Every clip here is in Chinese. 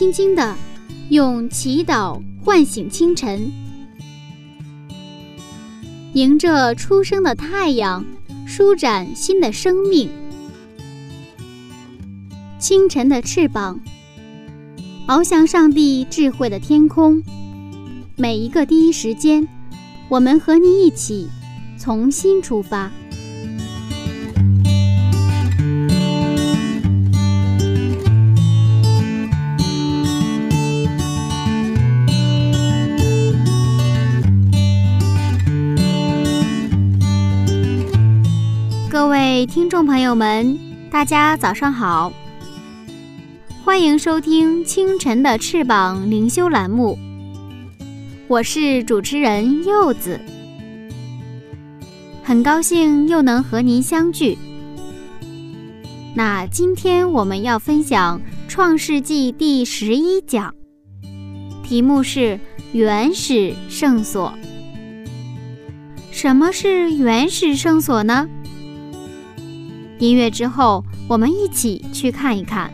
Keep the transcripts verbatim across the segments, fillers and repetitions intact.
轻轻地用祈祷唤醒清晨，迎着初升的太阳，舒展新的生命。清晨的翅膀，翱翔上帝智慧的天空。每一个第一时间，我们和你一起重新出发。各位听众朋友们，大家早上好，欢迎收听清晨的翅膀灵修栏目，我是主持人柚子，很高兴又能和您相聚。那今天我们要分享创世纪第十一讲，题目是原始圣所。什么是原始圣所呢？音乐之后，我们一起去看一看。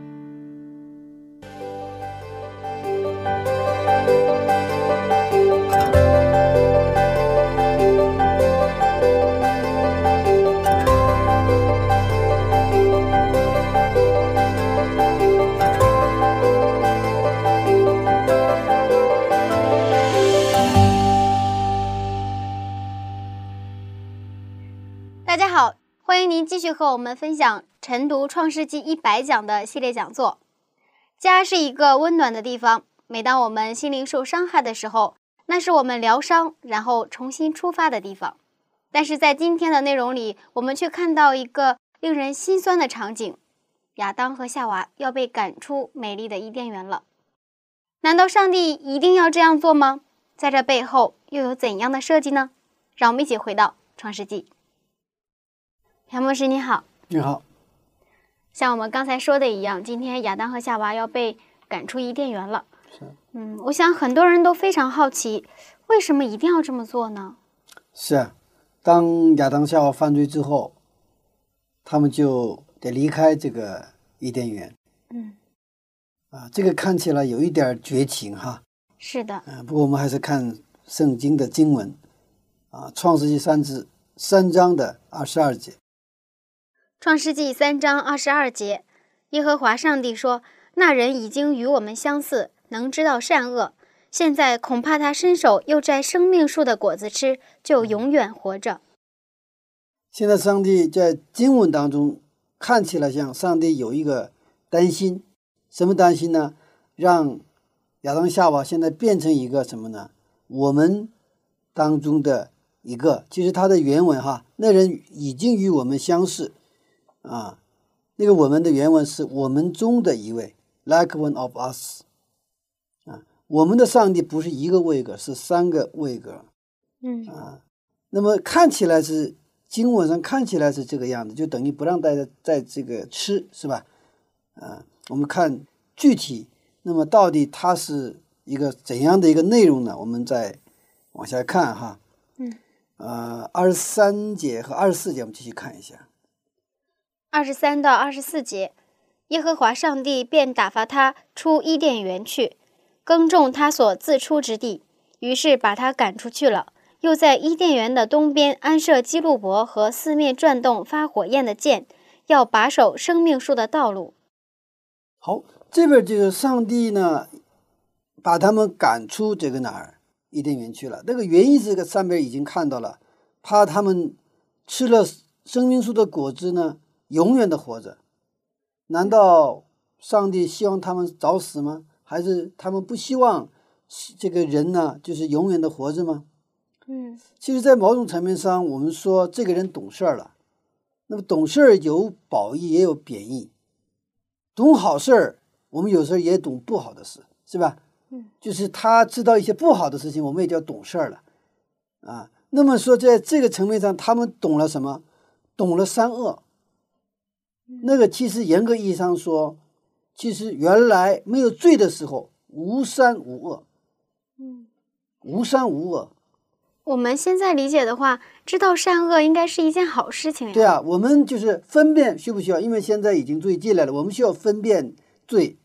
大家好，欢迎您继续和我们分享晨读创世纪一百讲的系列讲座。家是一个温暖的地方，每当我们心灵受伤害的时候，那是我们疗伤然后重新出发的地方。但是在今天的内容里，我们却看到一个令人心酸的场景，亚当和夏娃要被赶出美丽的伊甸园了。难道上帝一定要这样做吗？在这背后又有怎样的设计呢？让我们一起回到创世纪。杨牧师你好。 你好。 像我们刚才说的一样，今天亚当和夏娃要被赶出伊甸园了。 是。 嗯，我想很多人都非常好奇，为什么一定要这么做呢？ 是啊，当亚当夏娃犯罪之后，他们就得离开这个伊甸园。 嗯。 啊，这个看起来有一点绝情哈。 是的。 啊，不过我们还是看圣经的经文啊，创世纪三至三章的二十二节。 创世纪三章二十二节，耶和华上帝说：那人已经与我们相似，能知道善恶，现在恐怕他伸手又摘生命树的果子吃，就永远活着。 现在上帝在经文当中看起来像上帝有一个担心，什么担心呢？让亚当夏娃现在变成一个什么呢？我们当中的一个，其实他的原文哈，那人已经与我们相似啊，那个我们的原文是我们中的一位 ，like one of us 啊，我们的上帝不是一个位格，是三个位格。 嗯啊，那么看起来是经文上看起来是这个样子，就等于不让大家在这个吃，是吧？啊，我们看具体，那么到底它是一个怎样的一个内容呢？我们再往下看哈。 嗯。 呃，二十三节和二十四节我们继续看一下。 二十三到二十四节，耶和华上帝便打发他出伊甸园去，耕种他所自出之地，于是把他赶出去了。又在伊甸园的东边安设基路伯和四面转动发火焰的剑，要把守生命树的道路。 好，这边就是上帝呢，把他们赶出这个哪儿伊甸园去了。那个原因是这个上面已经看到了，怕他们吃了生命树的果子呢，永远的活着。难道上帝希望他们早死吗？还是他们不希望这个人呢，就是永远的活着吗？ 嗯， 其实在某种层面上，我们说这个人懂事儿了。那么懂事儿有褒义也有贬义。懂好事儿，我们有时候也懂不好的事，是吧？ 嗯， 就是他知道一些不好的事情，我们也叫懂事儿了啊。那么说在这个层面上，他们懂了什么？懂了善恶。那个其实严格意义上说，其实原来没有罪的时候，无善无恶。 嗯， 无善无恶。 我们现在理解的话，知道善恶应该是一件好事情呀。 对啊，我们就是分辨需不需要？因为现在已经罪进来了，我们需要分辨罪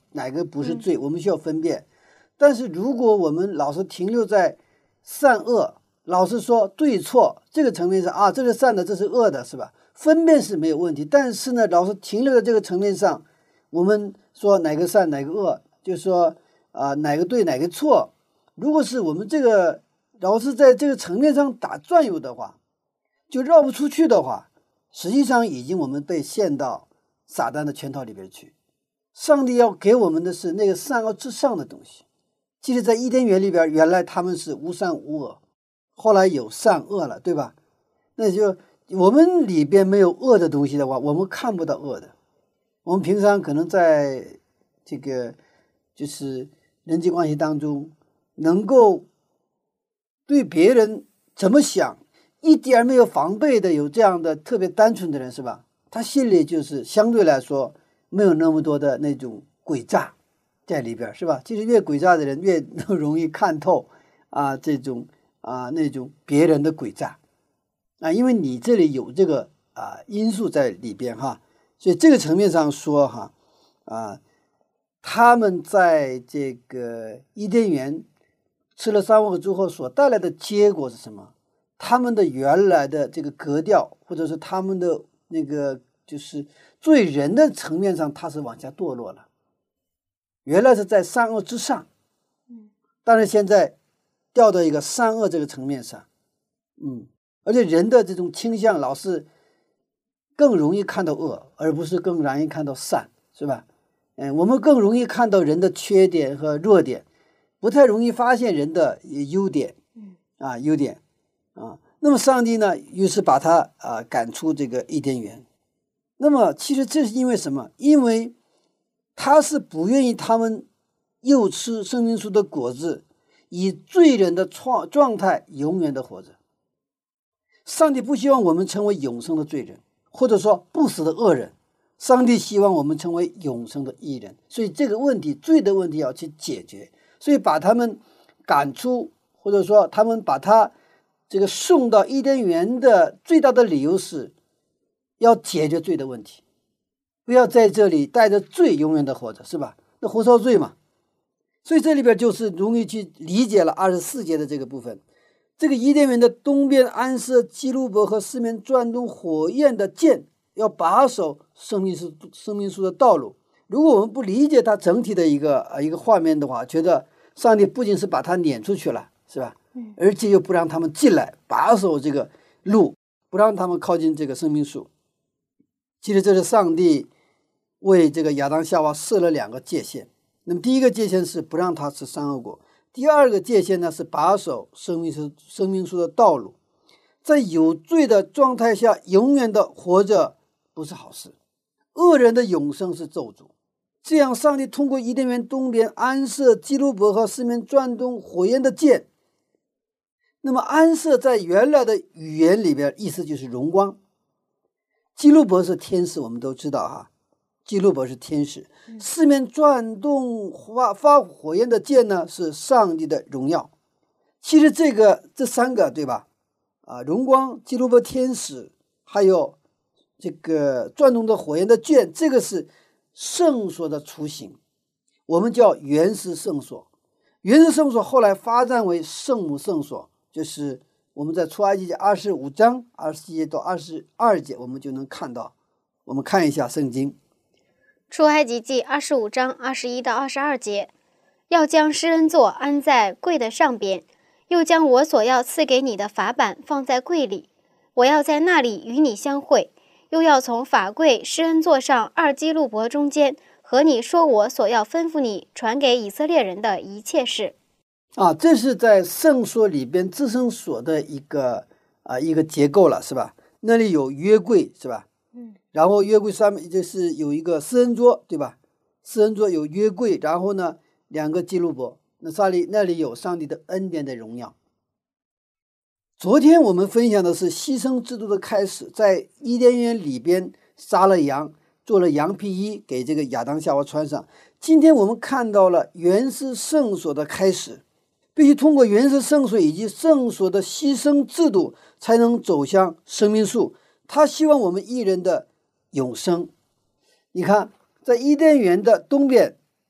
哪个不是罪，嗯、我们需要分辨。但是如果我们老是停留在善恶，老是说对错这个层面上啊，这是善的，这是恶的，是吧？分辨是没有问题，但是呢，老是停留在这个层面上，我们说哪个善哪个恶，就是说啊、呃、哪个对哪个错。如果是我们这个老是在这个层面上打转悠的话，就绕不出去的话，实际上已经我们被陷到撒旦的圈套里边去。上帝要给我们的是那个善恶至上的东西。其实在伊甸园里边，原来他们是无善无恶，后来有善恶了，对吧？那就我们里边没有恶的东西的话，我们看不到恶的。我们平常可能在这个就是人际关系当中，能够对别人怎么想一点没有防备的，有这样的特别单纯的人，是吧？他心里就是相对来说没有那么多的那种诡诈在里边，是吧？其实越诡诈的人越容易看透啊这种啊那种别人的诡诈啊，因为你这里有这个啊因素在里边哈，所以这个层面上说哈啊，他们在这个伊甸园吃了三恶之后所带来的结果是什么？他们的原来的这个格调，或者是他们的那个就是罪人的层面上，他是往下堕落了。原来是在善恶之上，但是现在掉到一个善恶这个层面上，嗯，而且人的这种倾向老是更容易看到恶，而不是更容易看到善，是吧？嗯，我们更容易看到人的缺点和弱点，不太容易发现人的优点，啊，优点啊。那么上帝呢，于是把他啊赶出这个伊甸园。那么其实这是因为什么？因为他是不愿意他们又吃生命树的果子，以罪人的状状态永远的活着。上帝不希望我们成为永生的罪人，或者说不死的恶人。上帝希望我们成为永生的义人，所以这个问题，罪的问题要去解决。所以把他们赶出，或者说他们把他这个送到伊甸园的最大的理由是要解决罪的问题，不要在这里带着罪永远的活着，是吧？那活受罪嘛。所以这里边就是容易去理解了二十四节的这个部分。这个伊甸园的东边安设基路伯和四面转动火焰的剑，要把守生命树生命树的道路。如果我们不理解它整体的一个呃一个画面的话，觉得上帝不仅是把它撵出去了，是吧？而且又不让他们进来，把守这个路，不让他们靠近这个生命树。其实这是上帝为这个亚当夏娃设了两个界限。那么第一个界限是不让他吃善恶果，第二个界限呢是把守生命树生命树的道路。在有罪的状态下永远的活着不是好事，恶人的永生是咒诅。这样上帝通过伊甸园东边安设基路伯和四面转动火焰的剑。那么安设在原来的语言里边意思就是荣光。基路伯是天使，我们都知道哈，基路伯是天使。四面转动发发火焰的剑呢是上帝的荣耀。其实这个这三个对吧？啊，荣光、基路伯、天使，还有这个转动的火焰的剑，这个是圣所的雏形，我们叫原始圣所。原始圣所后来发展为圣母圣所，就是我们在出埃及记二十五章二十一节到二十二节，我们就能看到。我们看一下圣经， 出埃及记二十五章二十一到二十二节，要将施恩座安在柜的上边，又将我所要赐给你的法版放在柜里，我要在那里与你相会，又要从法柜施恩座上二基路伯中间和你说我所要吩咐你传给以色列人的一切事。 啊，这是在圣所里边至圣所的一个啊一个结构了，是吧？那里有约柜，是吧？嗯，然后约柜上面就是有一个施恩桌，对吧？施恩桌有约柜，然后呢两个基路伯，那那里那里有上帝的恩典的荣耀。昨天我们分享的是牺牲制度的开始，在伊甸园里边杀了羊，做了羊皮衣给这个亚当夏娃穿上。今天我们看到了原始圣所的开始，必须通过原始圣所以及圣所的牺牲制度，才能走向生命树。他希望我们一人的永生。你看，在伊甸园的东边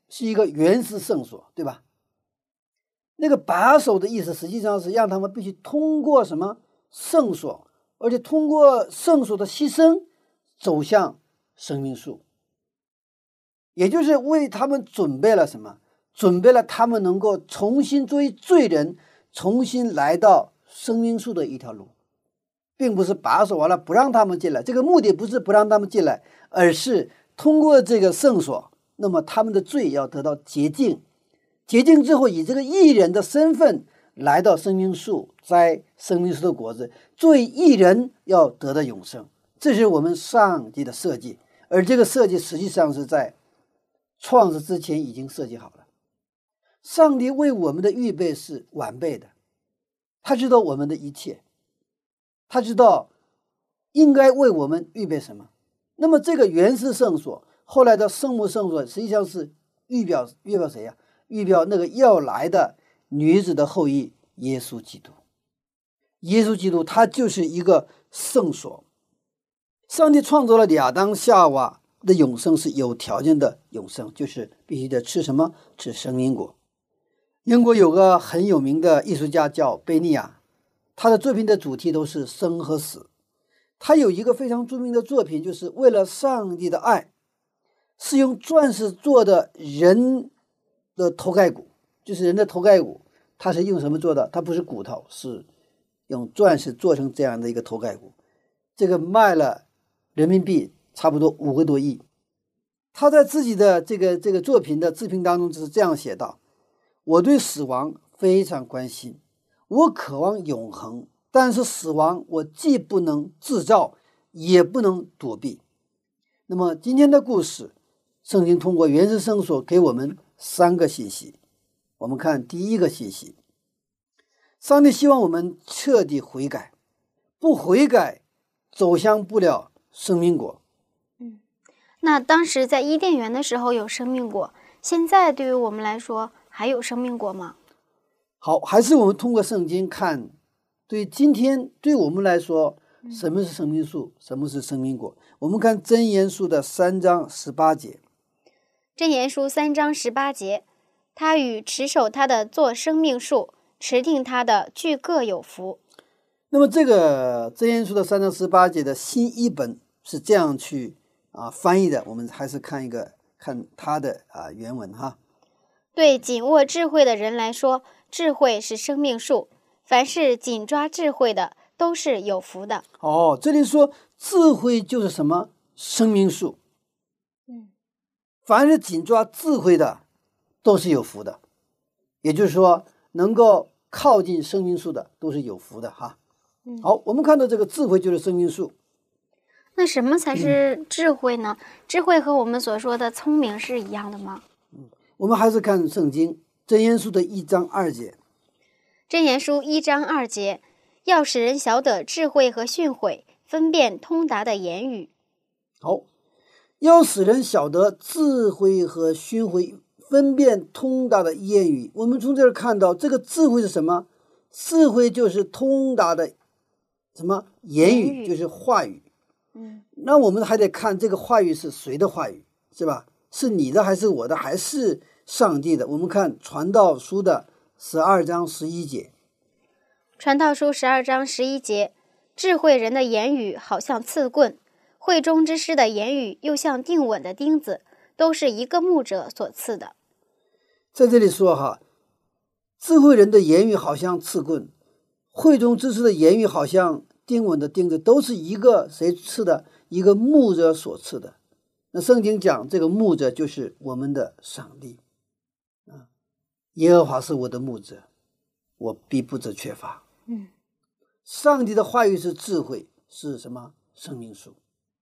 是一个原始圣所，对吧？那个把守的意思实际上是让他们必须通过什么圣所，而且通过圣所的牺牲走向生命树，也就是为他们准备了什么？准备了他们能够重新作为罪人重新来到生命树的一条路，并不是把守完了不让他们进来。这个目的不是不让他们进来，而是通过这个圣所，那么他们的罪要得到洁净，洁净之后以这个义人的身份来到生命树，摘生命树的果子，作为义人要得到永生。这是我们上帝的设计，而这个设计实际上是在创世之前已经设计好了。上帝为我们的预备是完备的，他知道我们的一切，他知道应该为我们预备什么。那么这个原始圣所后来的圣母圣所实际上是预表预表谁呀、啊？预表那个要来的女子的后裔耶稣基督。耶稣基督他就是一个圣所。上帝创造了亚当夏娃的永生是有条件的永生，就是必须得吃什么？吃生命果。英国有个很有名的艺术家叫贝尼亚，他的作品的主题都是生和死。他有一个非常著名的作品，就是为了上帝的爱，是用钻石做的人的头盖骨，就是人的头盖骨，它是用什么做的？它不是骨头，是用钻石做成这样的一个头盖骨。这个卖了人民币差不多五个多亿。他在自己的这个这个作品的自评当中就是这样写道：我对死亡非常关心，我渴望永恒，但是死亡我既不能制造，也不能躲避。那么今天的故事，圣经通过原始圣所给我们三个信息。我们看第一个信息，上帝希望我们彻底悔改，不悔改走向不了生命果。 嗯，那当时在伊甸园的时候有生命果，现在对于我们来说还有生命果吗？ 好，还是我们通过圣经看，对今天对我们来说，什么是生命树，什么是生命果？我们看箴言书的三章十八节。 箴言书三章十八节，他与持守他的作生命树，持定他的俱各有福。 那么这个箴言书的三章十八节的新译本是这样去啊翻译的，我们还是看一个看它的啊原文哈。 对紧握智慧的人来说，智慧是生命树，凡是紧抓智慧的都是有福的。 哦，这里说智慧就是什么？生命树。 嗯， 凡是紧抓智慧的都是有福的，也就是说能够靠近生命树的都是有福的哈。 嗯， 好，我们看到这个智慧就是生命树。 那什么才是智慧呢？嗯、智慧和我们所说的聪明是一样的吗？ 嗯，我们还是看圣经箴言书的一章二节。 箴言书一章二节，要使人晓得智慧和训诲，分辨通达的言语。 好，要使人晓得智慧和训诲，分辨通达的言语。我们从这儿看到，这个智慧是什么？智慧就是通达的什么言语， 言语就是话语。 嗯， 那我们还得看这个话语是谁的话语，是吧？是你的还是我的，还是上帝的？我们看传道书的十二章十一节。 传道书十二章十一节，智慧人的言语好像刺棍，会中之师的言语又像定稳的钉子，都是一个牧者所赐的。 在这里说哈，智慧人的言语好像刺棍，会中之师的言语好像定稳的钉子，都是一个谁赐的？一个牧者所赐的。那圣经讲这个牧者就是我们的上帝啊，耶和华是我的牧者，我必不致缺乏。 嗯， 上帝的话语是智慧，是什么？生命树。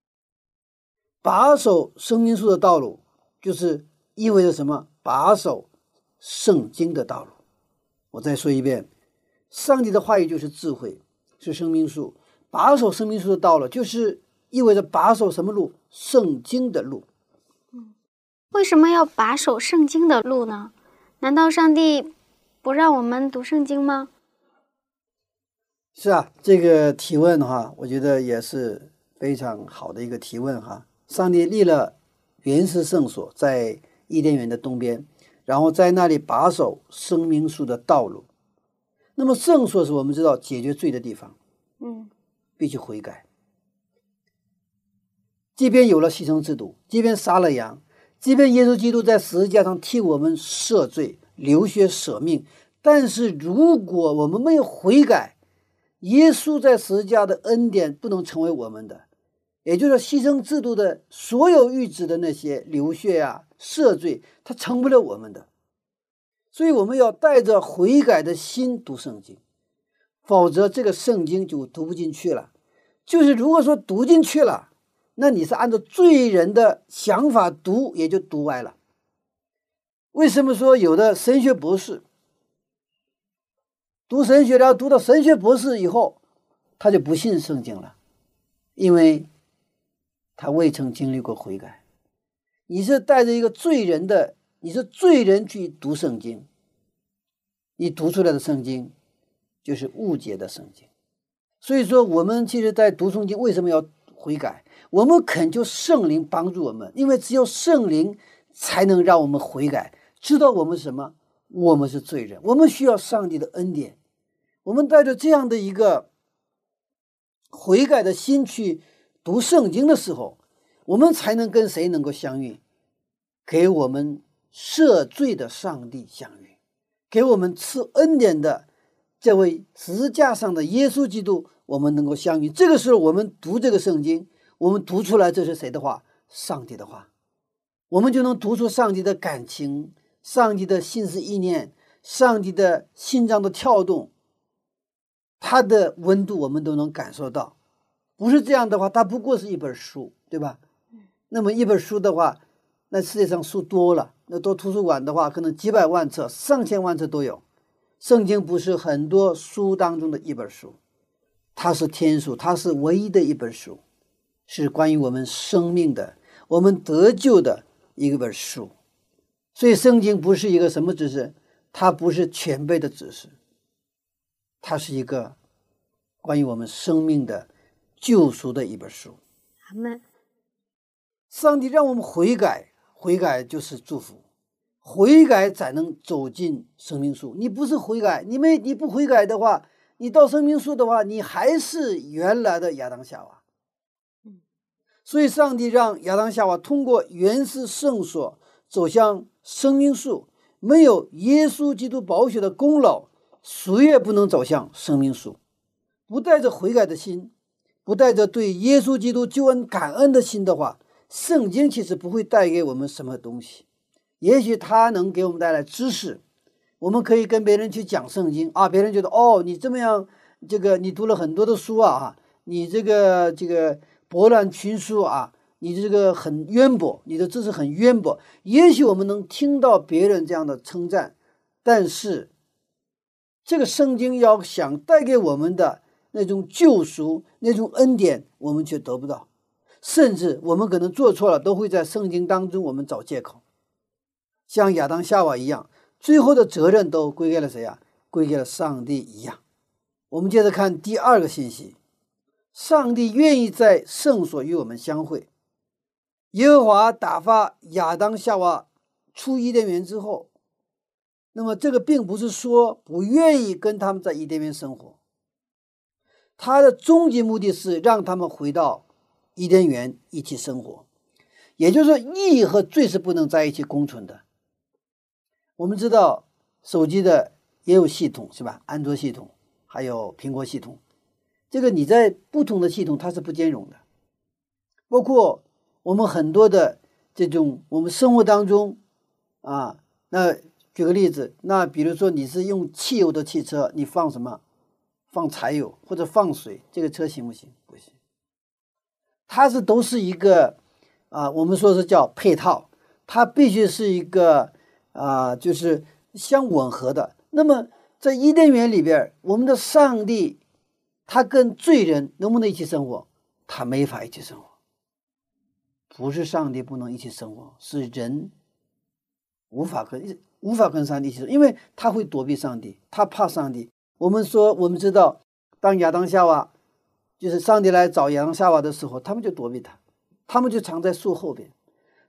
把守生命树的道路，就是意味着什么？把守圣经的道路。我再说一遍，上帝的话语就是智慧，是生命树。把守生命树的道路，就是意味着把守什么路？圣经的路。 嗯，为什么要把守圣经的路呢？难道上帝不让我们读圣经吗？ 是啊，这个提问哈，我觉得也是非常好的一个提问哈。上帝立了原始圣所，在伊甸园的东边，然后在那里把守生命树的道路。那么圣所是我们知道解决罪的地方， 嗯， 必须悔改。即便有了牺牲制度，即便杀了羊，即便耶稣基督在十字架上替我们赦罪流血舍命，但是如果我们没有悔改，耶稣在十字架的恩典不能成为我们的，也就是牺牲制度的所有预指的那些流血啊赦罪，它成不了我们的。所以我们要带着悔改的心读圣经，否则这个圣经就读不进去了。就是如果说读进去了，那你是按照罪人的想法读，也就读歪了。为什么说有的神学博士读神学，然后读到神学博士以后，他就不信圣经了，因为他未曾经历过悔改。你是带着一个罪人的，你是罪人去读圣经，你读出来的圣经就是误解的圣经。所以说我们其实在读圣经为什么要悔改？我们恳求圣灵帮助我们，因为只有圣灵才能让我们悔改，知道我们什么？我们是罪人，我们需要上帝的恩典。我们带着这样的一个悔改的心去读圣经的时候，我们才能跟谁能够相遇？给我们赦罪的上帝相遇，给我们赐恩典的这位十字架上的耶稣基督，我们能够相遇。这个时候我们读这个圣经，我们读出来这是谁的话？上帝的话，我们就能读出上帝的感情，上帝的心思意念，上帝的心脏的跳动，它的温度我们都能感受到。不是这样的话，它不过是一本书，对吧？那么一本书的话，那世界上书多了，那到图书馆的话可能几百万册上千万册都有。圣经不是很多书当中的一本书，它是天书，它是唯一的一本书，是关于我们生命的，我们得救的一本书。所以圣经不是一个什么知识，它不是全备的知识，它是一个关于我们生命的救赎的一本书。 阿们。 上帝让我们悔改，悔改就是祝福，悔改才能走进生命树。你不是悔改，你没你不悔改的话，你到生命树的话，你还是原来的亚当夏娃。所以上帝让亚当夏娃通过原始圣所走向生命树，没有耶稣基督宝血的功劳，谁也不能走向生命树。不带着悔改的心，不带着对耶稣基督救恩感恩的心的话，圣经其实不会带给我们什么东西。也许它能给我们带来知识，我们可以跟别人去讲圣经啊，别人觉得哦，你这么样，这个你读了很多的书啊，你这个这个博览群书啊，你这个很渊博，你的知识很渊博。也许我们能听到别人这样的称赞，但是这个圣经要想带给我们的那种救赎，那种恩典，我们却得不到。甚至我们可能做错了，都会在圣经当中我们找借口，像亚当夏娃一样，最后的责任都归给了谁啊？归给了上帝一样。我们接着看第二个信息，上帝愿意在圣所与我们相会。耶和华打发亚当夏娃出伊甸园之后，那么这个并不是说不愿意跟他们在伊甸园生活，他的终极目的是让他们回到伊甸园一起生活。也就是说，义和罪是不能在一起共存的。我们知道手机的也有系统，是吧？安卓系统还有苹果系统，这个你在不同的系统它是不兼容的。包括我们很多的这种我们生活当中啊，那举个例子，那比如说你是用汽油的汽车，你放什么？放柴油或者放水，这个车行不行？不行。它是都是一个啊，我们说是叫配套，它必须是一个啊，就是相吻合的。那么在伊甸园里边，我们的上帝他跟罪人能不能一起生活？他没法一起生活。不是上帝不能一起生活，是人无法跟无法跟上帝一起生活，因为他会躲避上帝，他怕上帝。我们说我们知道，当亚当夏娃就是上帝来找亚当夏娃的时候，他们就躲避他，他们就藏在树后边。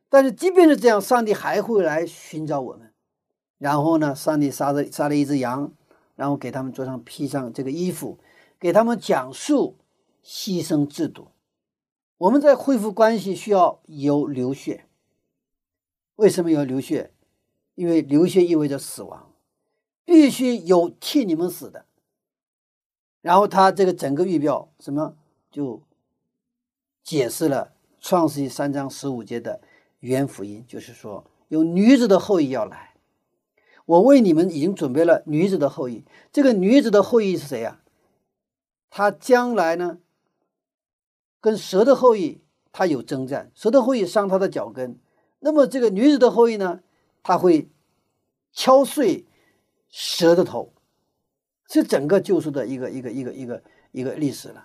但是即便是这样，上帝还会来寻找我们。然后呢，上帝杀了杀了一只羊，然后给他们桌上披上这个衣服，给他们讲述牺牲制度。我们在恢复关系需要有流血。为什么要流血？因为流血意味着死亡，必须有替你们死的。然后他这个整个预表什么就解释了创世记三章十五节的原福音，就是说有女子的后裔要来，我为你们已经准备了女子的后裔。这个女子的后裔是谁呀、啊？她将来呢跟蛇的后裔她有征战，蛇的后裔伤她的脚跟，那么这个女子的后裔呢，她会敲碎蛇的头，是整个救赎的一个一个一个一个一个历史了。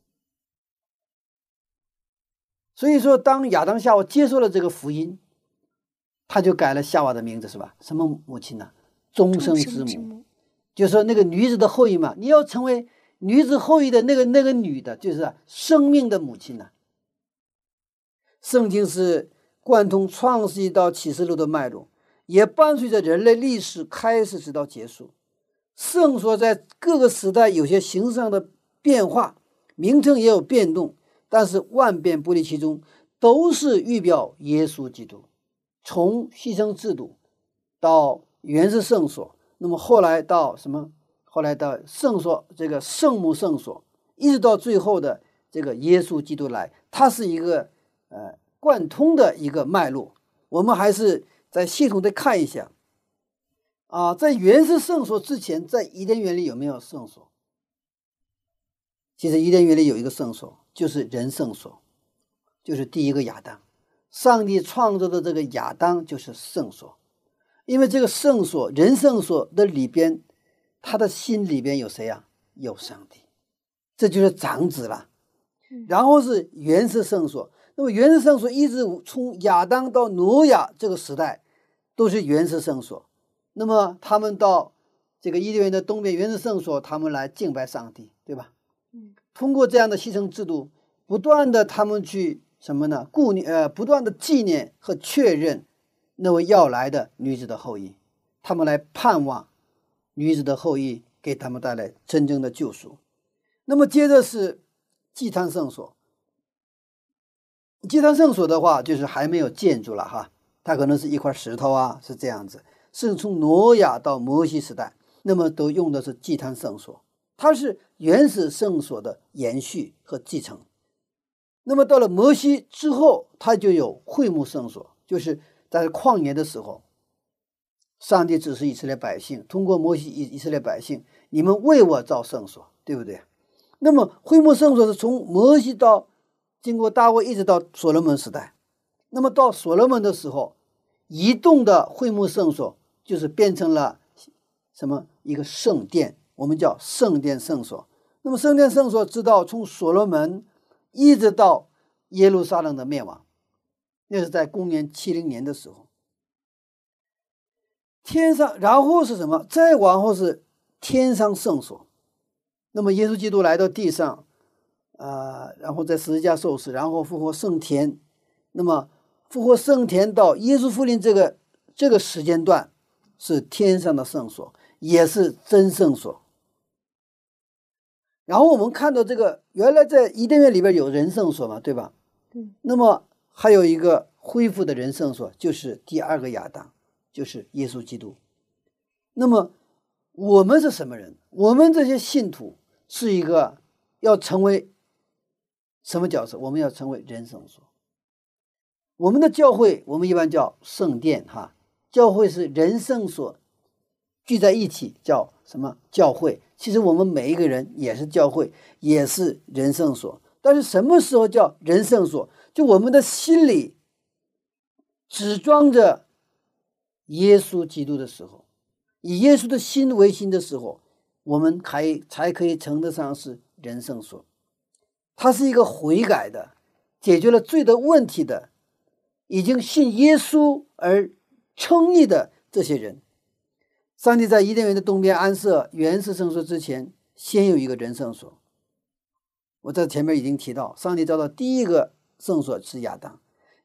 所以说当亚当夏娃接受了这个福音，他就改了夏娃的名字，是吧？什么母亲呢？终生之母。就是说那个女子的后裔嘛，你要成为女子后裔的那个那个女的，就是、啊、生命的母亲呢、啊。圣经是贯通创世纪到启示录的脉络，也伴随着人类历史开始直到结束。圣所在各个时代有些形式上的变化，名称也有变动，但是万变不离其宗，都是预表耶稣基督。从牺牲制度到原始圣所，那么后来到什么？后来到圣所，这个圣母圣所，一直到最后的这个耶稣基督来，它是一个呃贯通的一个脉络。我们还是再系统的看一下啊，在原始圣所之前，在伊甸园里有没有圣所？其实伊甸园里有一个圣所，就是人圣所，就是第一个亚当。上帝创造的这个亚当就是圣所，因为这个圣所人圣所的里边，他的心里边有谁啊？有上帝，这就是长子了。然后是原始圣所，那么原始圣所一直从亚当到挪亚这个时代都是原始圣所。那么他们到这个伊甸园的东边原始圣所，他们来敬拜上帝，对吧？通过这样的牺牲制度，不断的他们去什么呢？顾念呃，不断的纪念和确认那位要来的女子的后裔，他们来盼望女子的后裔给他们带来真正的救赎。那么接着是祭坛圣所。祭坛圣所的话，就是还没有建筑了哈，它可能是一块石头啊，是这样子。是从挪亚到摩西时代，那么都用的是祭坛圣所，它是原始圣所的延续和继承。那么到了摩西之后，他就有会幕圣所，就是在旷野的时候，上帝指示以色列百姓，通过摩西以以色列百姓，你们为我造圣所，对不对？那么会幕圣所是从摩西到经过大卫一直到所罗门时代。那么到所罗门的时候，移动的会幕圣所就是变成了什么？一个圣殿，我们叫圣殿圣所。那么圣殿圣所直到从所罗门一直到耶路撒冷的灭亡，那是在公元七零年的时候。天上，然后是什么？再往后是天上圣所。那么耶稣基督来到地上，呃，然后在十字架受死，然后复活升天。那么复活升天到耶稣复临这个这个时间段，是天上的圣所，也是真圣所。然后我们看到这个，原来在伊甸园里边有人圣所嘛，对吧？ 嗯。 那么还有一个恢复的人圣所，就是第二个亚当，就是耶稣基督。那么我们是什么人？我们这些信徒是一个要成为什么角色？我们要成为人圣所。我们的教会，我们一般叫圣殿哈，教会是人圣所聚在一起，叫什么？教会。其实我们每一个人也是教会，也是人圣所。但是什么时候叫人圣所？就我们的心里只装着耶稣基督的时候，以耶稣的心为心的时候，我们才才可以称得上是人圣所。它是一个悔改的，解决了罪的问题的，已经信耶稣而称义的这些人。上帝在伊甸园的东边安设原始圣所之前，先有一个人圣所。我在前面已经提到，上帝造的第一个圣所是亚当，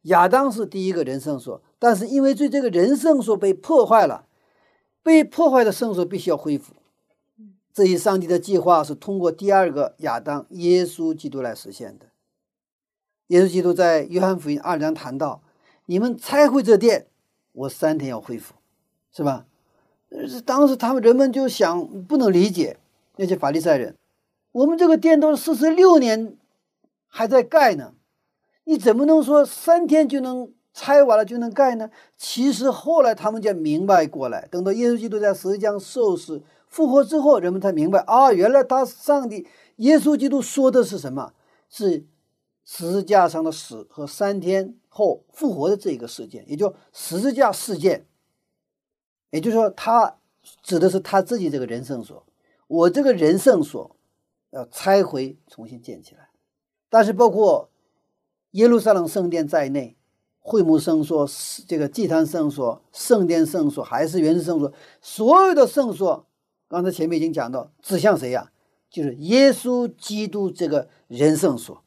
亚当是第一个人圣所，但是因为罪，这个人圣所被破坏了，被破坏的圣所必须要恢复。这一上帝的计划是通过第二个亚当耶稣基督来实现的。耶稣基督在约翰福音二章谈到，你们拆毁这殿，我三天要恢复，是吧？当时他们人们就想，不能理解那些法利赛人，我们这个殿都是四十六年还在盖呢，你怎么能说三天就能拆完了就能盖呢？其实后来他们就明白过来，等到耶稣基督在十字架上受死复活之后，人们才明白啊，原来他上帝耶稣基督说的是什么？是十字架上的死和三天后复活的这一个事件，也就十字架事件。也就是说，他指的是他自己这个人圣所，我这个人圣所要拆毁重新建起来。但是包括耶路撒冷圣殿在内，会幕圣所、这个祭坛圣所、圣殿圣所还是原始圣所，所有的圣所刚才前面已经讲到，指向谁呀？就是耶稣基督这个人圣所。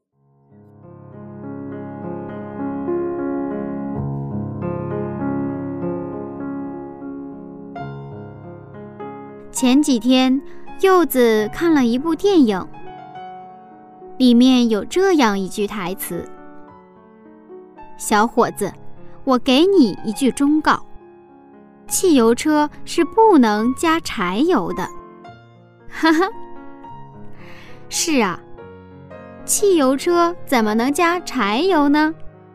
前几天，柚子看了一部电影，里面有这样一句台词：小伙子，我给你一句忠告，汽油车是不能加柴油的。哈哈，是啊，汽油车怎么能加柴油呢？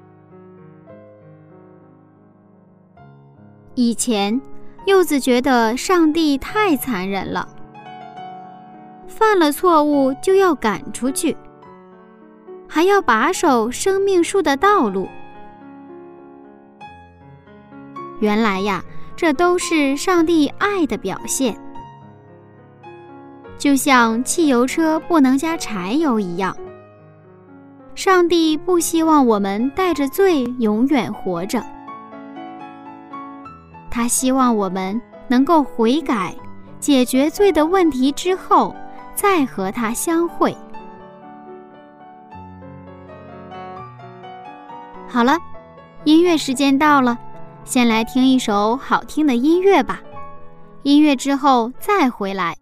以前柚子觉得上帝太残忍了，犯了错误就要赶出去，还要把守生命树的道路。原来呀，这都是上帝爱的表现，就像汽油车不能加柴油一样，上帝不希望我们带着罪永远活着，他希望我们能够悔改，解决罪的问题之后，再和他相会。好了，音乐时间到了，先来听一首好听的音乐吧。音乐之后再回来。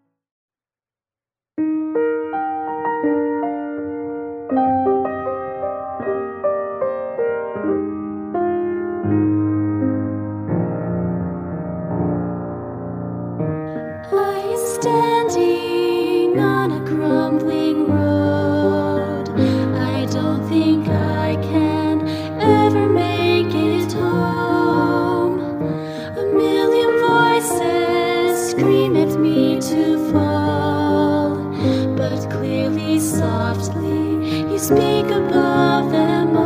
Standing on a crumbling road, I don't think I can ever make it home. A million voices scream at me to fall, but clearly, softly, you speak above them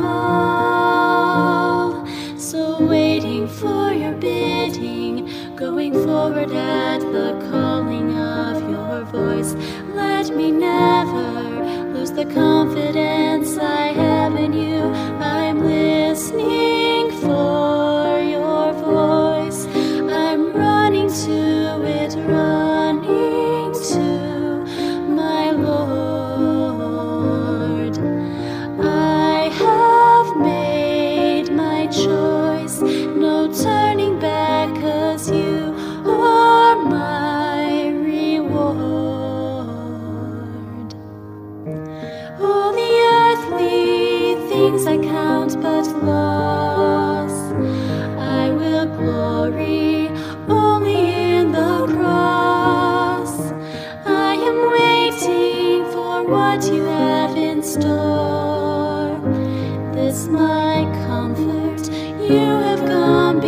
all. So waiting for your bidding, going forward at the calling of your voice, let me never lose the confidence I have in you. I'm listening for your voice, I'm running to it, running to my Lord. I have made my choice, no turning back, 'cause you are my reward. All the earthly things I count but loss, I will glory only in the cross. I am waiting for what you have in store. This my comfort, you have gone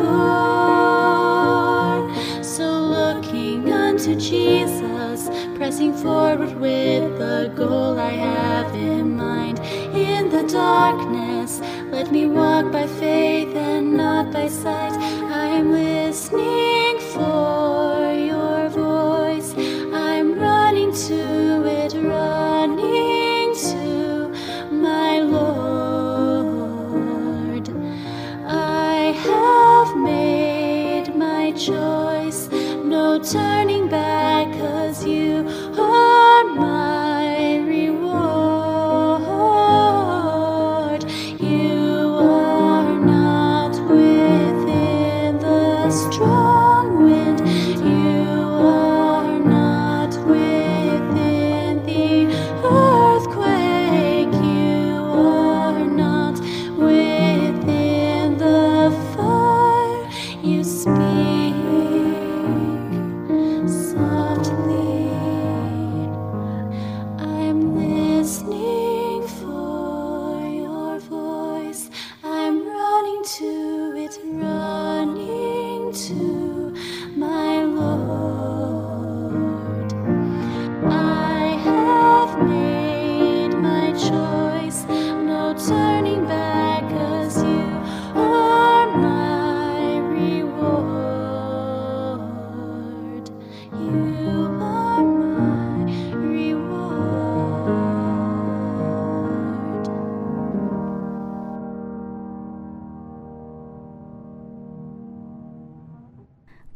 before. So looking unto Jesus, pressing forward with the goal I have in mind. In the darkness, let me walk by faith and not by sight. I'm listening for your voice, I'm running to it, running to my Lord. I have made my choice, no turning back, 'cause you are my reward. You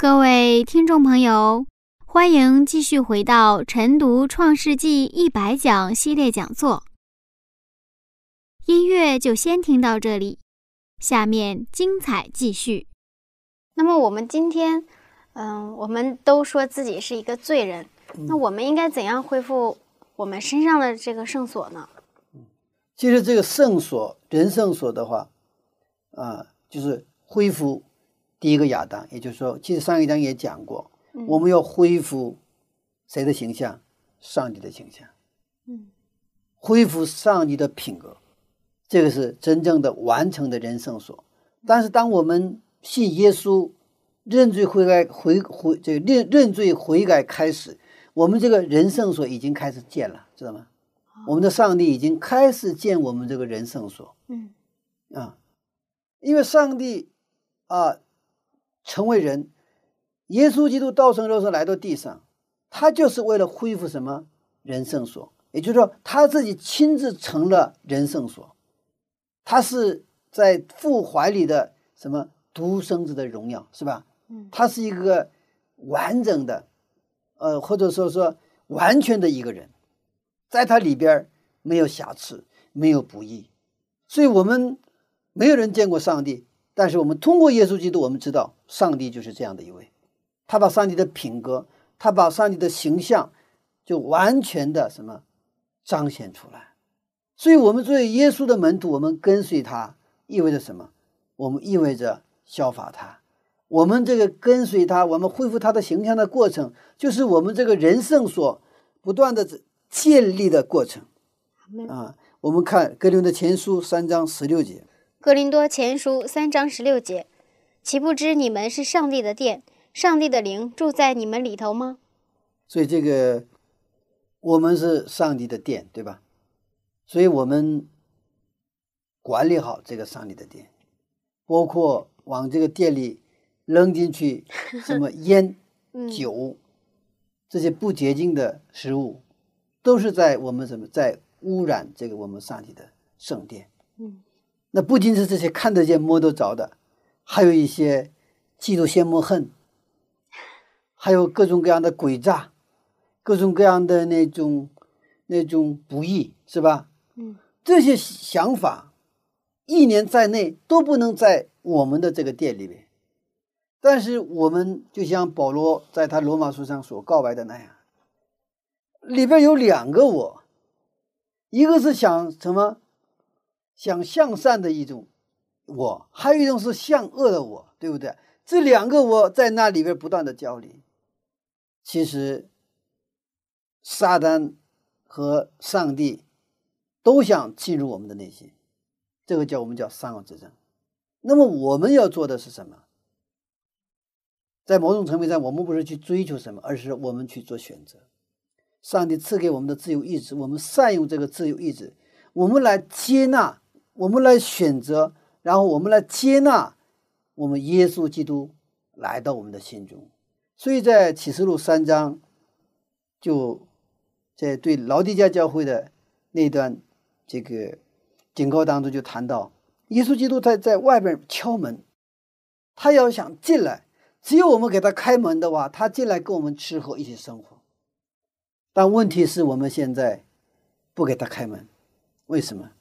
各位听众朋友，欢迎继续回到晨读创世纪一百讲系列讲座。音乐就先听到这里，下面精彩继续。那么我们今天，嗯，我们都说自己是一个罪人，嗯、那我们应该怎样恢复我们身上的这个圣所呢？ 其实这个圣所，人圣所的话，啊，就是恢复第一个亚当，也就是说，其实上一章也讲过，嗯、我们要恢复谁的形象？上帝的形象，嗯，恢复上帝的品格，这个是真正的完成的人圣所。但是当我们信耶稣，认罪悔改，悔悔这个认认罪悔改开始，我们这个人圣所已经开始建了，知道吗？哦、我们的上帝已经开始建我们这个人圣所，嗯啊，因为上帝啊。成为人，耶稣基督道成肉身来到地上，他就是为了恢复什么？人圣所，也就是说他自己亲自成了人圣所，他是在父怀里的什么独生子的荣耀，是吧？他是一个完整的呃或者说说完全的一个人，在他里边没有瑕疵，没有不义，所以我们没有人见过上帝，但是我们通过耶稣基督，我们知道上帝就是这样的一位，他把上帝的品格，他把上帝的形象就完全的什么彰显出来。所以我们作为耶稣的门徒，我们跟随他意味着什么？我们意味着效法他。我们这个跟随他，我们恢复他的形象的过程，就是我们这个人圣所不断的建立的过程啊。我们看哥林多前书三章十六节， 哥林多前书三章十六节，岂不知你们是上帝的殿，上帝的灵住在你们里头吗？ 所以这个我们是上帝的殿，对吧？所以我们管理好这个上帝的殿，包括往这个殿里扔进去什么烟、嗯、酒这些不洁净的食物，都是在我们什么在污染这个我们上帝的圣殿。嗯，那不仅是这些看得见摸得着的，还有一些嫉妒羡慕恨，还有各种各样的诡诈，各种各样的那种那种不义，是吧？嗯，这些想法一年在内都不能在我们的这个殿里面。但是我们就像保罗在他罗马书上所告白的那样，里边有两个我，一个是想什么？想向善的一种我，还有一种是向恶的我，对不对？这两个我在那里边不断的交流。其实撒旦和上帝都想进入我们的内心，这个叫我们叫善恶之争。那么我们要做的是什么？在某种层面上，我们不是去追求什么，而是我们去做选择。上帝赐给我们的自由意志，我们善用这个自由意志，我们来接纳，我们来选择，然后我们来接纳我们耶稣基督来到我们的心中。所以在启示录三章，就在对老底嘉教会的那段这个警告当中就谈到，耶稣基督在在外边敲门，他要想进来，只有我们给他开门的话，他进来跟我们吃喝一起生活。但问题是我们现在不给他开门，为什么？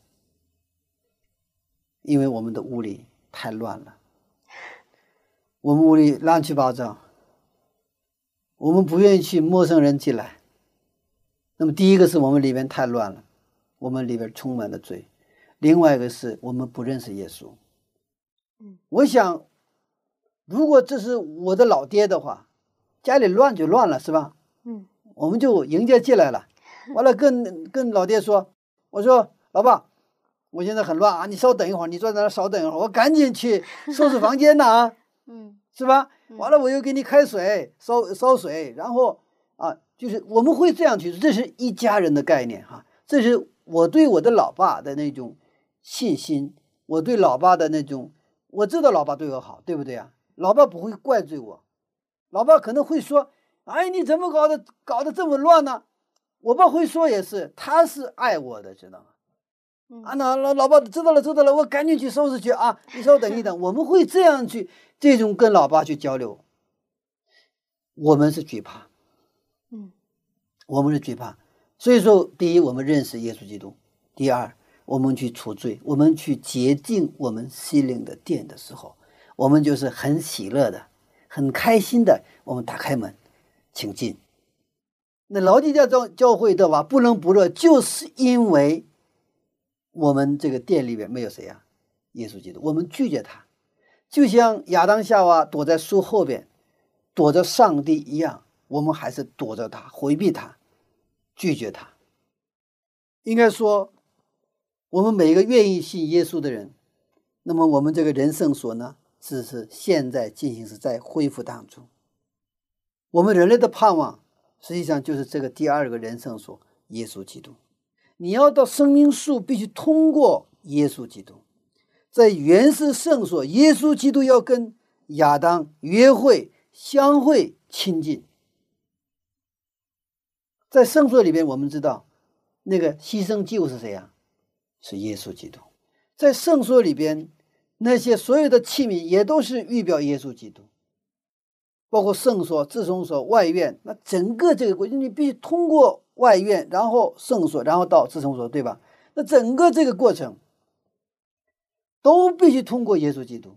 因为我们的屋里太乱了，我们屋里乱七八糟，我们不愿意去陌生人进来。那么第一个是我们里面太乱了，我们里边充满了罪，另外一个是我们不认识耶稣。我想如果这是我的老爹的话，家里乱就乱了，是吧？嗯，我们就迎接进来了，完了跟跟老爹说，我说老爸，我现在很乱啊，你稍等一会儿，你坐在那稍等一会儿，我赶紧去收拾房间呢，嗯，是吧？完了我又给你开水，烧烧水，然后啊，就是我们会这样去，这是一家人的概念哈，这是我对我的老爸的那种信心，我对老爸的那种，我知道老爸对我好，对不对啊？老爸不会怪罪我，老爸可能会说，哎，你怎么搞得搞得这么乱呢？我爸会说也是，他是爱我的，知道吗？嗯、啊，那老老爸知道了知道了，我赶紧去收拾去啊！你稍等一等，我们会这样去，这种跟老爸去交流。 我们是惧怕， 嗯， 我们是惧怕。所以说，第一，我们认识耶稣基督；第二，我们去除罪，我们去洁净我们心灵的殿的时候，我们就是很喜乐的、很开心的，我们打开门，请进。那老底嘉教教会的话，不冷不热，就是因为我们这个殿里面没有谁啊？耶稣基督，我们拒绝他，就像亚当夏娃躲在树后边，躲着上帝一样，我们还是躲着他，回避他，拒绝他。应该说，我们每一个愿意信耶稣的人，那么我们这个人圣所呢，只是现在进行是在恢复当中。我们人类的盼望，实际上就是这个第二个人圣所，耶稣基督。你要到生命树，必须通过耶稣基督。在原始圣所，耶稣基督要跟亚当约会、相会、亲近。在圣所里边，我们知道那个牺牲祭物是谁啊？是耶稣基督。在圣所里边，那些所有的器皿也都是预表耶稣基督，包括圣所、至圣所、外院，那整个这个过程你必须通过外院，然后圣所，然后到至圣所，对吧？那整个这个过程都必须通过耶稣基督。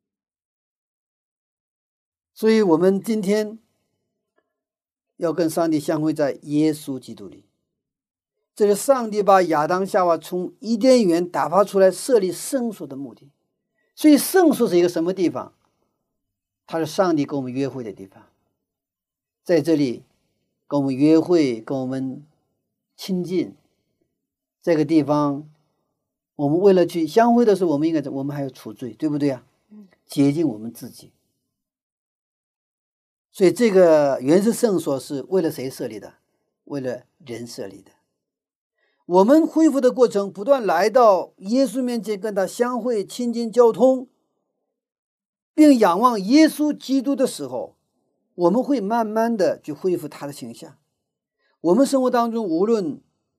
所以我们今天要跟上帝相会在耶稣基督里。这是上帝把亚当夏娃从伊甸园打发出来设立圣所的目的。所以圣所是一个什么地方？它是上帝跟我们约会的地方，在这里跟我们约会，跟我们亲近。这个地方我们为了去相会的时候，我们应该我们还要除罪，对不对啊？洁净我们自己。所以这个原始圣所是为了谁设立的？为了人设立的。我们恢复的过程，不断来到耶稣面前，跟他相会、亲近、交通，并仰望耶稣基督的时候，我们会慢慢的去恢复他的形象。我们生活当中，无论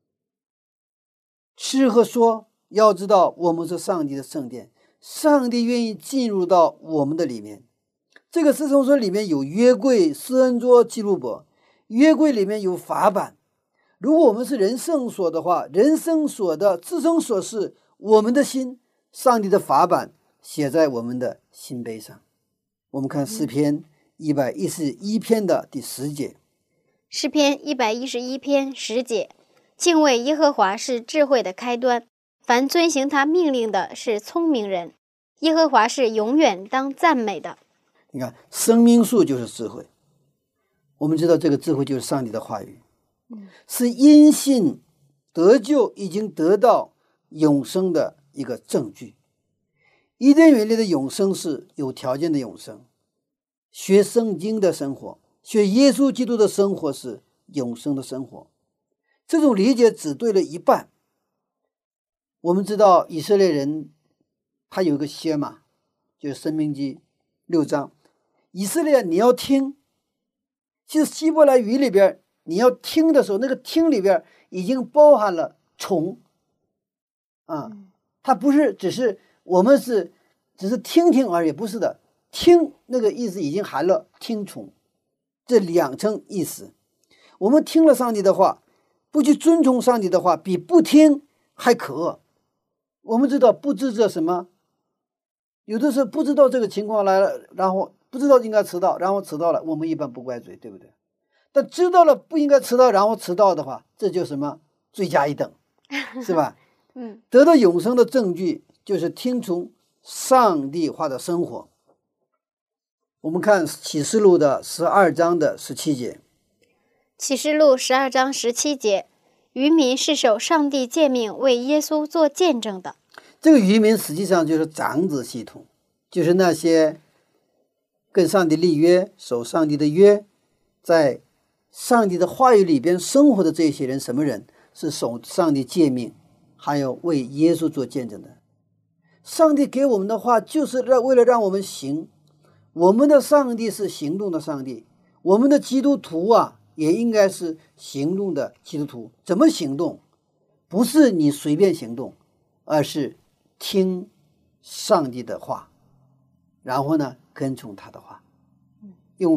吃和说，要知道我们是上帝的圣殿，上帝愿意进入到我们的里面。这个至圣所里面有约柜、施恩桌、记录簿，约柜里面有法版。如果我们是人圣所的话，人圣所的至圣所是我们的心，上帝的法版写在我们的心碑上。我们看诗篇一百一十一篇的第十节。 诗篇一百一十一篇十节，敬畏耶和华是智慧的开端，凡遵行他命令的是聪明人。耶和华是永远当赞美的。 你看，生命树就是智慧。我们知道这个智慧就是上帝的话语，是因信得救，已经得到永生的一个证据。伊甸园里的永生是有条件的永生，学圣经的生活，学耶稣基督的生活是永生的生活。这种理解只对了一半。我们知道以色列人他有一个写码，就是申命记六章，以色列你要听。其实希伯来语里边你要听的时候，那个听里边已经包含了从啊，它不是只是我们是只是听听而已，不是的，听那个意思已经含了听从这两层意思。我们听了上帝的话，不去遵从上帝的话，比不听还可恶。我们知道不知这什么，有的时候不知道这个情况来了，然后不知道应该迟到，然后迟到了，我们一般不怪罪，对不对？但知道了不应该迟到，然后迟到的话，这就什么罪加一等，是吧？ 嗯， 得到永生的证据就是听从上帝化的生活。我们看启示录的十二章的十七节。 启示录十二章十七节，渔民是守上帝诫命为耶稣做见证的。 这个渔民实际上就是长子系统，就是那些跟上帝立约、守上帝的约，在上帝的话语里边生活的这些人。什么人是守上帝诫命还有为耶稣做见证的？上帝给我们的话就是为了让我们行，我们的上帝是行动的上帝，我们的基督徒啊也应该是行动的基督徒。怎么行动？不是你随便行动，而是听上帝的话，然后呢跟从他的话，用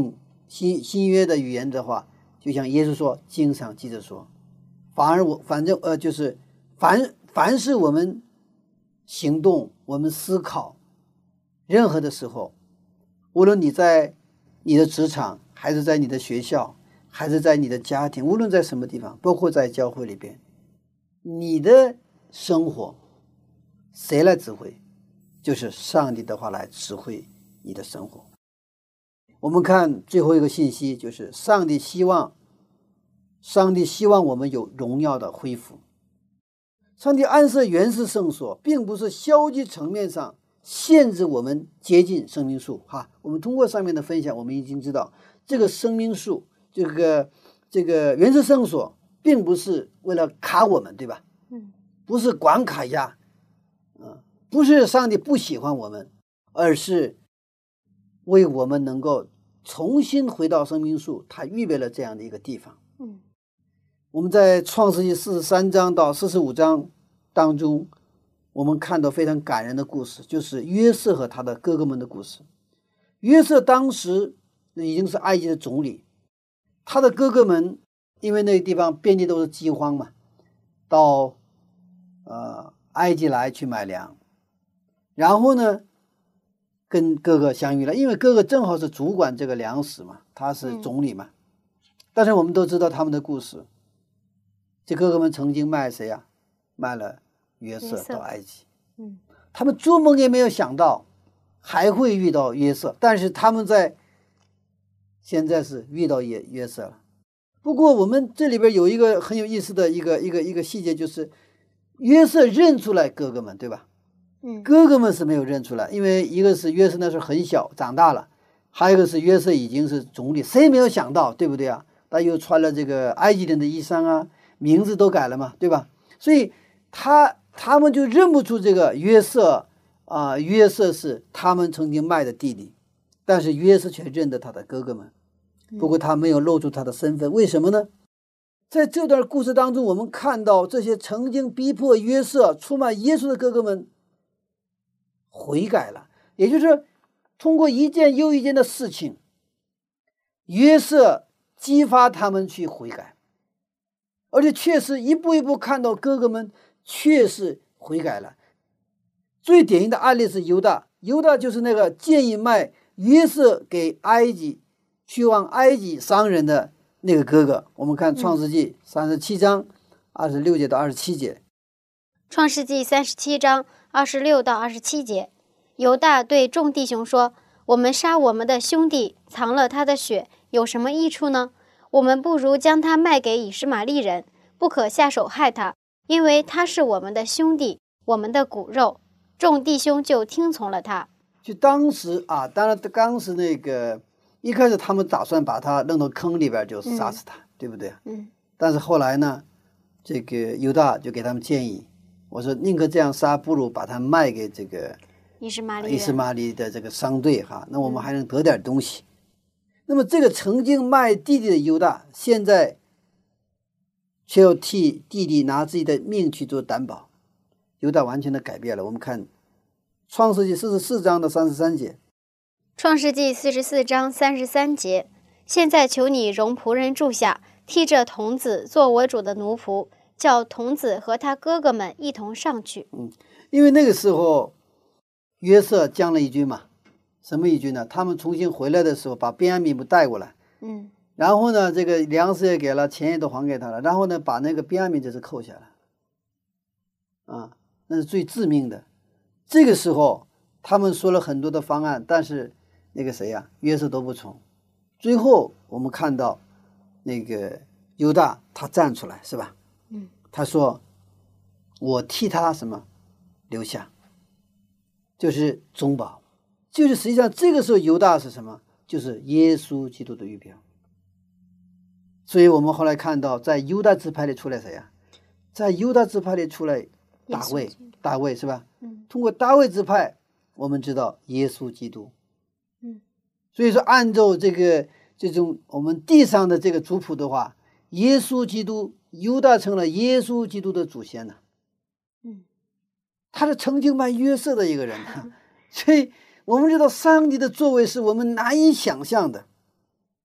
新新约的语言的话，就像耶稣说，经上记着说，反而我反正呃就是凡凡是我们行动，我们思考，任何的时候，无论你在你的职场，还是在你的学校，还是在你的家庭，无论在什么地方，包括在教会里边，你的生活谁来指挥？就是上帝的话来指挥你的生活。我们看最后一个信息，就是上帝希望上帝希望我们有荣耀的恢复。上帝安设原始圣所，并不是消极层面上限制我们接近生命树哈。我们通过上面的分享，我们已经知道这个生命树，这个这个原始圣所，并不是为了卡我们，对吧？ 嗯， 不是管卡压，嗯，不是上帝不喜欢我们，而是为我们能够重新回到生命树，他预备了这样的一个地方。 嗯， 我们在创世纪四十三章到四十五章当中，我们看到非常感人的故事，就是约瑟和他的哥哥们的故事。约瑟当时已经是埃及的总理，他的哥哥们因为那个地方遍地都是饥荒嘛，到呃埃及来去买粮，然后呢跟哥哥相遇了，因为哥哥正好是主管这个粮食嘛，他是总理嘛。嗯，但是我们都知道他们的故事，这哥哥们曾经卖谁啊？卖了约瑟到埃及。 嗯， 他们做梦也没有想到还会遇到约瑟，但是他们在现在是遇到约约瑟了。不过我们这里边有一个很有意思的一个一个一个细节，就是约瑟认出来哥哥们，对吧？ 嗯， 哥哥们是没有认出来，因为一个是约瑟那时候很小长大了，还有一个是约瑟已经是总理，谁没有想到，对不对啊？他又穿了这个埃及人的衣裳啊，名字都改了嘛，对吧？所以他他们就认不出这个约瑟啊、呃，约瑟是他们曾经卖的弟弟，但是约瑟却认得他的哥哥们。不过他没有露出他的身份，为什么呢？在这段故事当中，我们看到这些曾经逼迫约瑟出卖耶稣的哥哥们悔改了，也就是通过一件又一件的事情，约瑟激发他们去悔改，而且确实一步一步看到哥哥们确实悔改了。最典型的案例是犹大，犹大就是那个建议卖约瑟给埃及去往埃及商人的那个哥哥。我们看创世纪三十七章二十六节到二十七节。 创世纪三十七章二十六到二十七节，犹大对众弟兄说：“我们杀我们的兄弟，藏了他的血，有什么益处呢？我们不如将他卖给以实玛利人，不可下手害他，因为他是我们的兄弟，我们的骨肉。”众弟兄就听从了他。 就当时啊，当然当时那个一开始他们打算把他扔到坑里边就杀死他，嗯、对不对？ 嗯。 但是后来呢，这个犹大就给他们建议，我说宁可这样杀，不如把他卖给这个以实玛利以实玛利的这个商队哈，那我们还能得点东西。嗯、那么这个曾经卖弟弟的犹大，现在却要替弟弟拿自己的命去做担保，犹大完全的改变了。我们看创世纪四十四章的三十三节。 创世纪四十四章三十三节，现在求你容仆人住下，替这童子做我主的奴仆，叫童子和他哥哥们一同上去。 嗯，因为那个时候约瑟将了一军嘛，什么一军呢？他们重新回来的时候，把便雅悯不带过来， 嗯， 然后呢，这个粮食也给了，钱也都还给他了，然后呢，把那个便雅悯这是扣下来，啊，那是最致命的。这个时候他们说了很多的方案，但是那个谁呀、啊，约瑟都不从。最后我们看到那个犹大他站出来，是吧？ 嗯， 他说我替他什么留下，就是中保，就是实际上这个时候犹大是什么？就是耶稣基督的预表。所以我们后来看到在犹大支派里出来谁呀、啊？在犹大支派里出来大卫，大卫是吧？ 嗯， 通过大卫支派我们知道耶稣基督。 嗯， 所以说按照这个这种我们地上的这个族谱的话，耶稣基督犹大成了耶稣基督的祖先了。 嗯， 他是曾经卖约瑟的一个人，所以我们知道上帝的作为是我们难以想象的。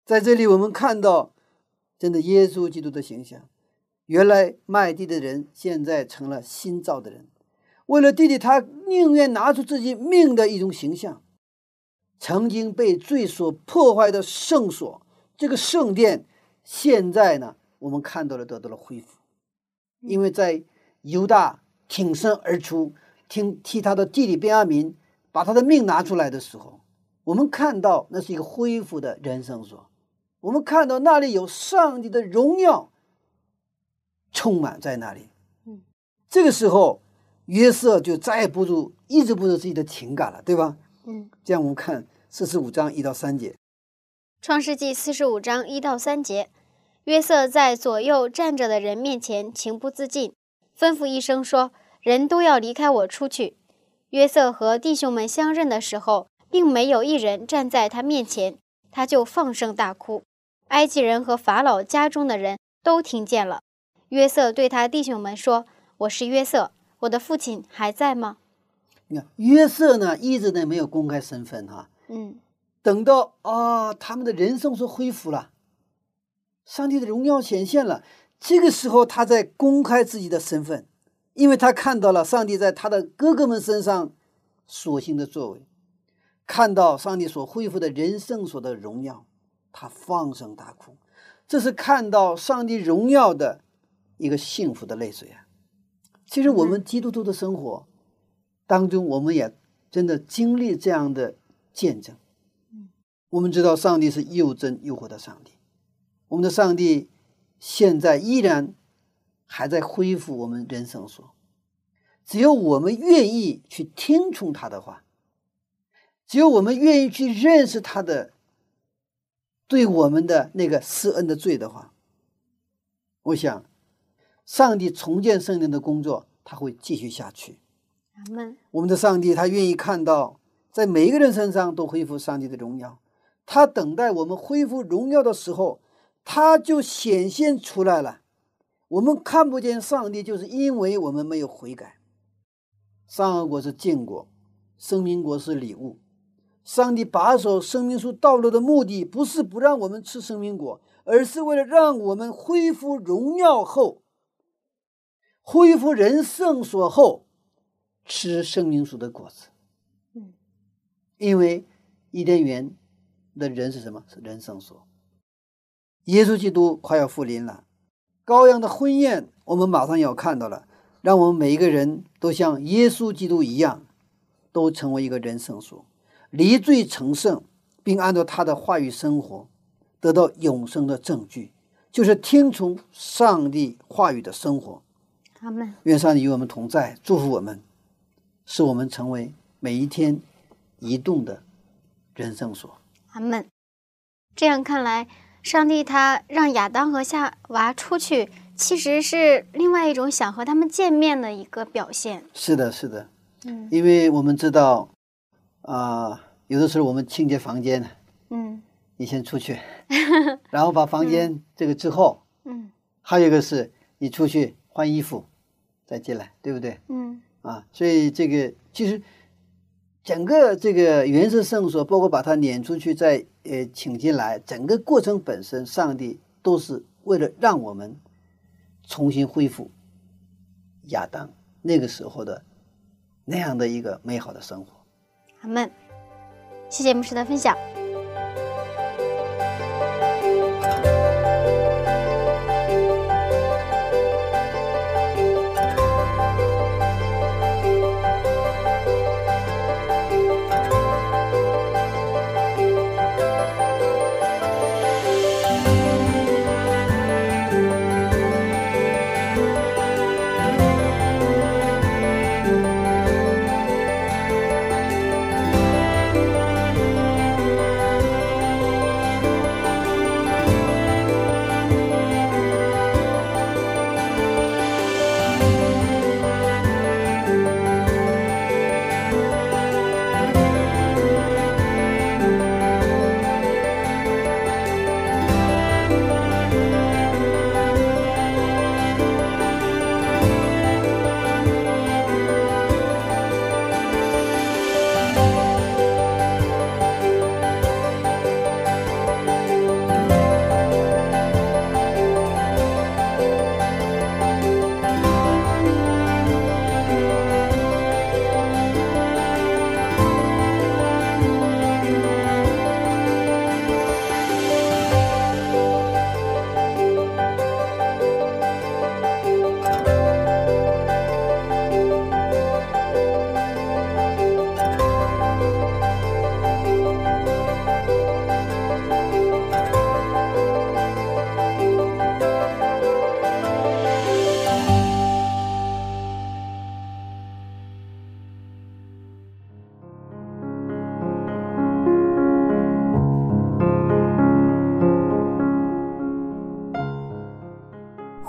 在这里我们看到真的耶稣基督的形象。原来卖地的人现在成了新造的人，为了弟弟他宁愿拿出自己命的一种形象。曾经被罪所破坏的圣所，这个圣殿现在呢，我们看到了得到了恢复。因为在犹大挺身而出，听替他的弟弟便雅悯把他的命拿出来的时候，我们看到那是一个恢复的人圣所。我们看到那里有上帝的荣耀充满在那里。 嗯， 这个时候约瑟就再也不住抑制不住自己的情感了，对吧？ 嗯， 这样我们看四十五章一到三节。 创世纪四十五章一到三节，约瑟在左右站着的人面前情不自禁，吩咐一声说：“人都要离开我出去。”约瑟和弟兄们相认的时候，并没有一人站在他面前，他就放声大哭。埃及人和法老家中的人都听见了。约瑟对他弟兄们说：“我是约瑟，我的父亲还在吗？” 你看约瑟呢，一直呢没有公开身份哈。 嗯， 等到啊，他们的人生所恢复了，上帝的荣耀显现了，这个时候他在公开自己的身份，因为他看到了上帝在他的哥哥们身上所行的作为，看到上帝所恢复的人圣所的荣耀，他放声大哭。这是看到上帝荣耀的一个幸福的泪水啊！其实我们基督徒的生活当中，我们也真的经历这样的见证。我们知道上帝是又真又活的上帝，我们的上帝现在依然还在恢复我们人生所。只有我们愿意去听从他的话，只有我们愿意去认识他的对我们的那个施恩的罪的话，我想上帝重建圣灵的工作他会继续下去。 阿们。 我们的上帝他愿意看到在每一个人身上都恢复上帝的荣耀，他等待我们恢复荣耀的时候，他就显现出来了。我们看不见上帝，就是因为我们没有悔改。善恶果是禁果，生命果是礼物。上帝把守生命树道路的目的，不是不让我们吃生命果，而是为了让我们恢复荣耀后，恢复人圣所后，吃生命树的果子。 嗯， 因为伊甸园的人是什么？是人圣所。耶稣基督快要复临了，羔羊的婚宴我们马上要看到了，让我们每一个人都像耶稣基督一样，都成为一个人圣所，离罪成圣，并按照他的话语生活，得到永生的证据，就是听从上帝话语的生活。 阿们。 愿上帝与我们同在，祝福我们，使我们成为每一天移动的人圣所。 阿们。这样看来，上帝他让亚当和夏娃出去，其实是另外一种想和他们见面的一个表现。 是的，是的。 嗯， 因为我们知道啊、呃，有的时候我们清洁房间， 嗯， 你先出去，然后把房间这个之后， 嗯， 还有一个是你出去换衣服再进来，对不对？ 嗯， 啊，所以这个其实整个这个原始圣所，包括把它撵出去再呃请进来，整个过程本身，上帝都是为了让我们重新恢复亚当那个时候的那样的一个美好的生活。 阿们。谢谢牧师的分享。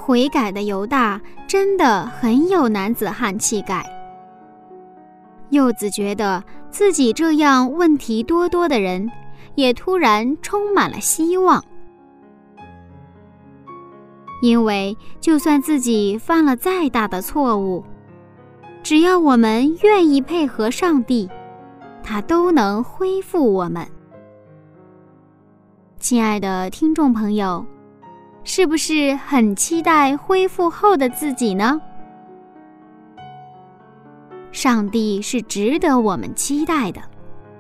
悔改的犹大真的很有男子汉气概。柚子觉得自己这样问题多多的人，也突然充满了希望。因为就算自己犯了再大的错误，只要我们愿意配合上帝，他都能恢复我们。亲爱的听众朋友，是不是很期待恢复后的自己呢？上帝是值得我们期待的。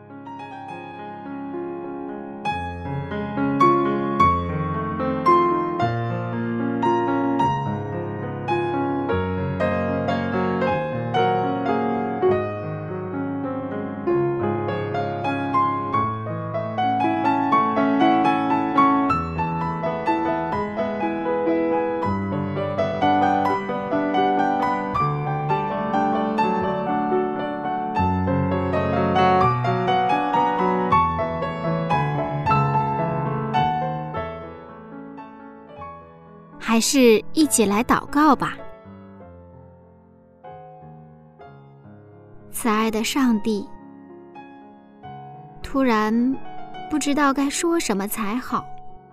还是一起来祷告吧。慈爱的上帝，突然不知道该说什么才好，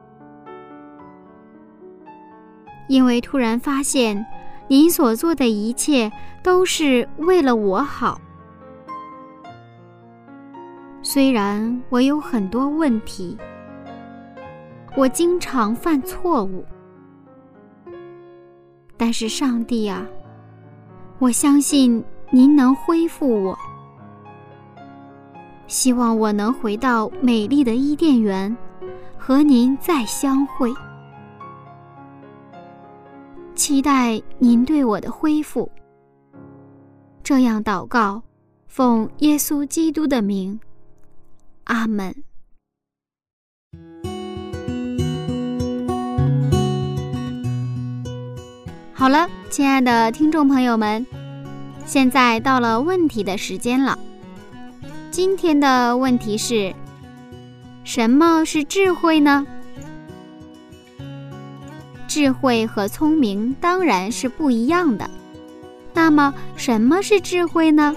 因为突然发现您所做的一切都是为了我好。虽然我有很多问题，我经常犯错误，但是上帝啊，我相信您能恢复我。希望我能回到美丽的伊甸园，和您再相会。期待您对我的恢复。这样祷告，奉耶稣基督的名，阿们。好了，亲爱的听众朋友们，现在到了问题的时间了。今天的问题是：什么是智慧呢？智慧和聪明当然是不一样的。那么，什么是智慧呢？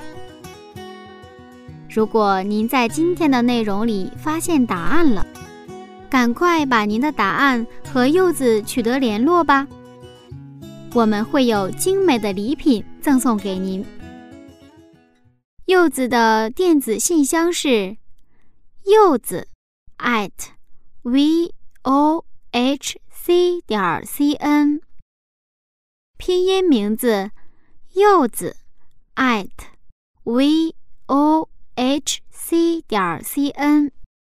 如果您在今天的内容里发现答案了，赶快把您的答案和柚子取得联络吧。我们会有精美的礼品赠送给您。柚子的电子信箱是柚子 at v o h c 点 c n， 拼音名字柚子 at v o h c 点 c n，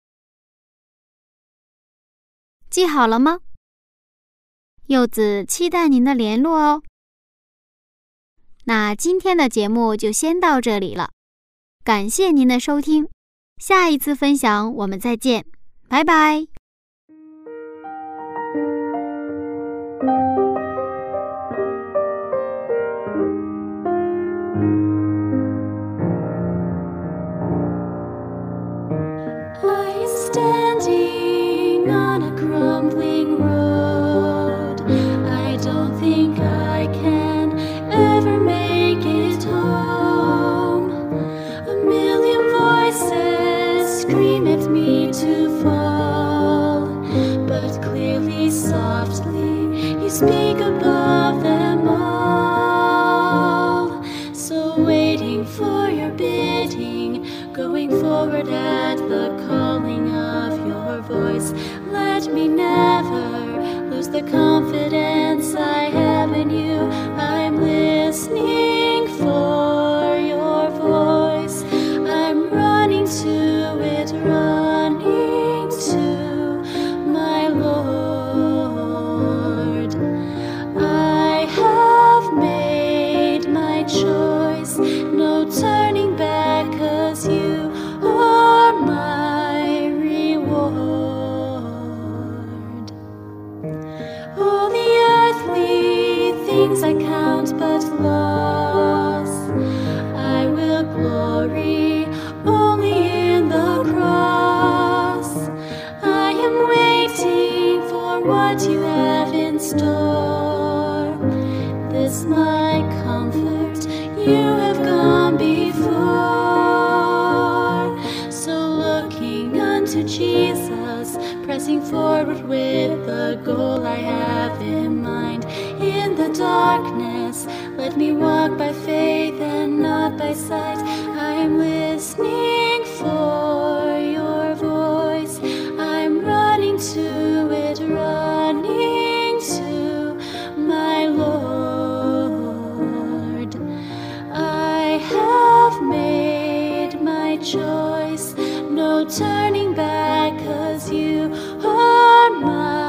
记好了吗？柚子期待您的联络哦。那今天的节目就先到这里了，感谢您的收听，下一次分享我们再见，拜拜。 Speak above them all. So waiting for your bidding, going forward at the calling of your voice. Let me never lose the confidence I have in you. I'm listening for your voice. I'm running to it, running to my Lord. Choice, no turning back, 'cause you are my reward. All the earthly things I count but loss, I will glory only in pressing forward with the goal I have in mind. In the darkness, let me walk by faith and not by sight. I'm listening for your voice. I'm running to it, running to my Lord. I have made my choice, no turning back, 'cause you are my